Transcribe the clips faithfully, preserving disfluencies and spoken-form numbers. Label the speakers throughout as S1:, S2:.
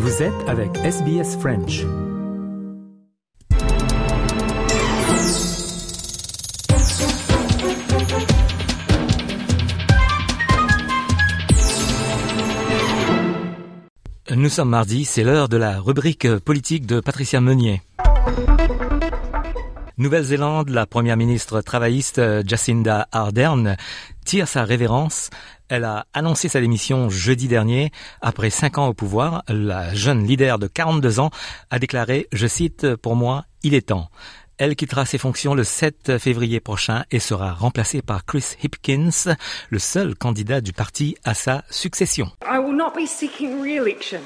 S1: Vous êtes avec S B S French. Nous sommes mardi, c'est l'heure de la rubrique politique de Patricia Meunier. Nouvelle-Zélande, la première ministre travailliste Jacinda Ardern tire sa révérence. Elle a annoncé sa démission jeudi dernier. Après cinq ans au pouvoir, la jeune leader de quarante-deux ans a déclaré, je cite, « Pour moi, il est temps ». Elle quittera ses fonctions le sept février prochain et sera remplacée par Chris Hipkins, le seul candidat du parti à sa succession.
S2: I will not be seeking re-election.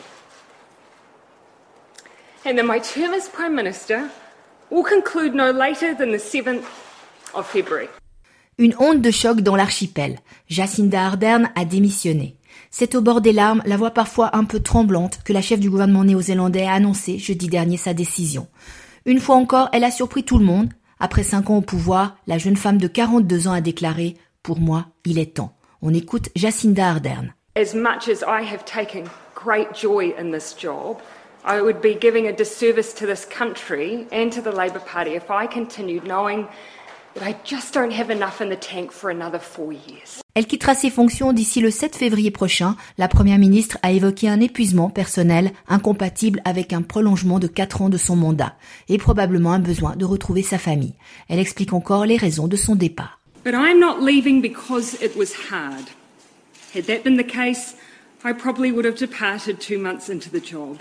S2: And then my term as Prime Minister will conclude no later than the seventh of February.
S3: Une onde de choc dans l'archipel. Jacinda Ardern a démissionné. C'est au bord des larmes, la voix parfois un peu tremblante, que la chef du gouvernement néo-zélandais a annoncé jeudi dernier sa décision. Une fois encore, elle a surpris tout le monde. Après cinq ans au pouvoir, la jeune femme de quarante-deux ans a déclaré « Pour moi, il est temps ». On écoute Jacinda Ardern.
S2: As much as I have taken great joy in this job, I would be giving a disservice to this country and to the Labour Party if I continued knowing that I just don't have enough in the tank for another four years.
S3: Elle quittera ses fonctions d'ici le sept février prochain. La première ministre a évoqué un épuisement personnel incompatible avec un prolongement de quatre ans de son mandat et probablement un besoin de retrouver sa famille. Elle explique encore les raisons de son départ.
S2: But I'm not leaving because it was hard. Had that been the case, I probably would have departed two months into the job.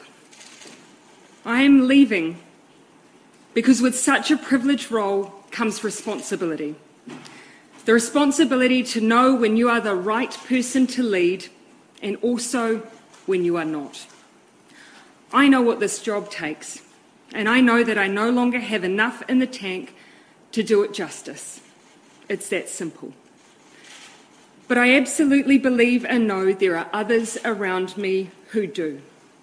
S2: I am leaving because with such a privileged role comes responsibility. The responsibility to know when you are the right person to lead and also when you are not. I know what this job takes, and I know that I no longer have enough in the tank to do it justice. It's that simple. But I absolutely believe and know there are others around me who do.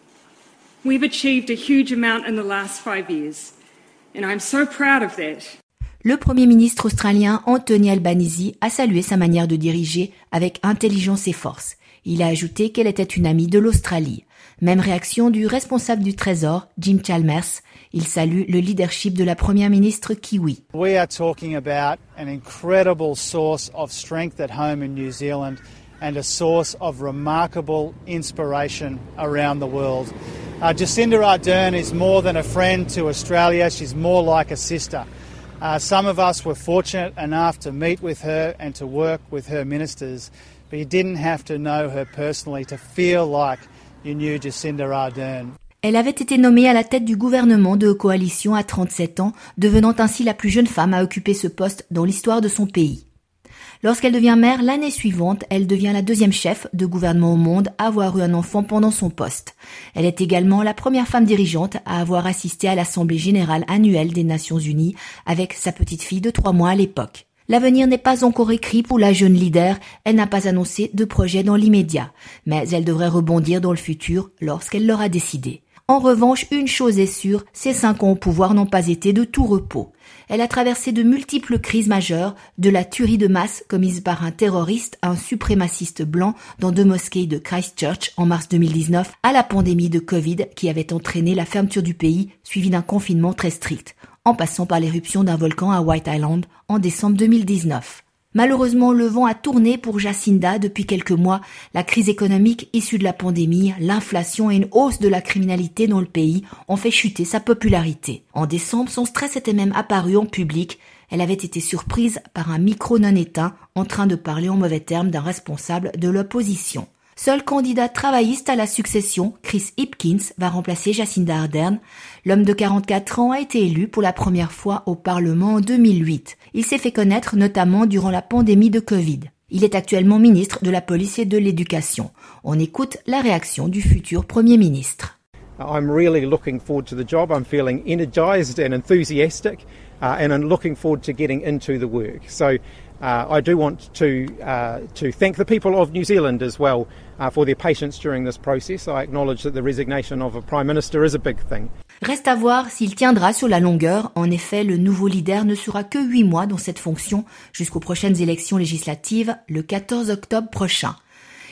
S2: We've achieved a huge amount in the last five years, and I'm so proud of that.
S3: Le Premier ministre australien Anthony Albanese a salué sa manière de diriger avec intelligence et force. Il a ajouté qu'elle était une amie de l'Australie. Même réaction du responsable du Trésor, Jim Chalmers. Il salue le leadership de la Première ministre kiwi.
S4: We are talking about an incredible source of strength at home in New Zealand and a source of remarkable inspiration around the world. Uh, Jacinda Ardern is more than a friend to Australia. She's more like a sister. Uh, some of us were fortunate enough to meet with her and to work with her ministers, but you didn't have to know her personally to feel like you knew Jacinda Ardern.
S3: Elle avait été nommée à la tête du gouvernement de coalition à trente-sept ans, devenant ainsi la plus jeune femme à occuper ce poste dans l'histoire de son pays. Lorsqu'elle devient mère, l'année suivante, elle devient la deuxième chef de gouvernement au monde à avoir eu un enfant pendant son poste. Elle est également la première femme dirigeante à avoir assisté à l'Assemblée générale annuelle des Nations unies avec sa petite fille de trois mois à l'époque. L'avenir n'est pas encore écrit pour la jeune leader, elle n'a pas annoncé de projet dans l'immédiat, mais elle devrait rebondir dans le futur lorsqu'elle l'aura décidé. En revanche, une chose est sûre, ses cinq ans au pouvoir n'ont pas été de tout repos. Elle a traversé de multiples crises majeures, de la tuerie de masse commise par un terroriste, un suprémaciste blanc dans deux mosquées de Christchurch en mars deux mille dix-neuf, à la pandémie de Covid qui avait entraîné la fermeture du pays, suivie d'un confinement très strict, en passant par l'éruption d'un volcan à White Island en décembre deux mille dix-neuf. Malheureusement, le vent a tourné pour Jacinda depuis quelques mois. La crise économique issue de la pandémie, l'inflation et une hausse de la criminalité dans le pays ont fait chuter sa popularité. En décembre, son stress était même apparu en public. Elle avait été surprise par un micro non éteint en train de parler en mauvais termes d'un responsable de l'opposition. Seul candidat travailliste à la succession, Chris Hipkins va remplacer Jacinda Ardern. L'homme de quarante-quatre ans a été élu pour la première fois au Parlement en deux mille huit. Il s'est fait connaître notamment durant la pandémie de Covid. Il est actuellement ministre de la Police et de l'Éducation. On écoute la réaction du futur Premier ministre.
S5: I'm really looking forward to the job. I'm feeling energized and enthusiastic uh, and I'm looking forward to getting into the work. So uh, I do want to uh, to thank the people of New Zealand as well uh, for their patience during this process. I acknowledge that the resignation of a Prime Minister is a big thing.
S3: Reste à voir s'il tiendra sur la longueur. En effet, le nouveau leader ne sera que huit mois dans cette fonction jusqu'aux prochaines élections législatives le quatorze octobre prochain.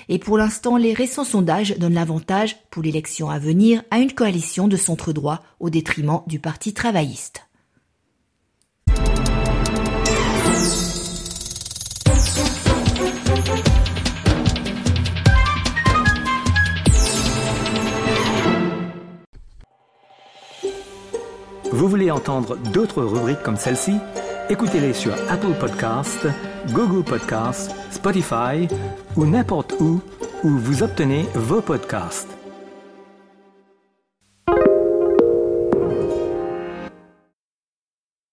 S3: Et pour l'instant, les récents sondages donnent l'avantage, pour l'élection à venir, à une coalition de centre-droit au détriment du Parti travailliste.
S1: Vous voulez entendre d'autres rubriques comme celle-ci? Écoutez-les sur Apple Podcasts, Google Podcasts, Spotify ou n'importe où où vous obtenez vos podcasts.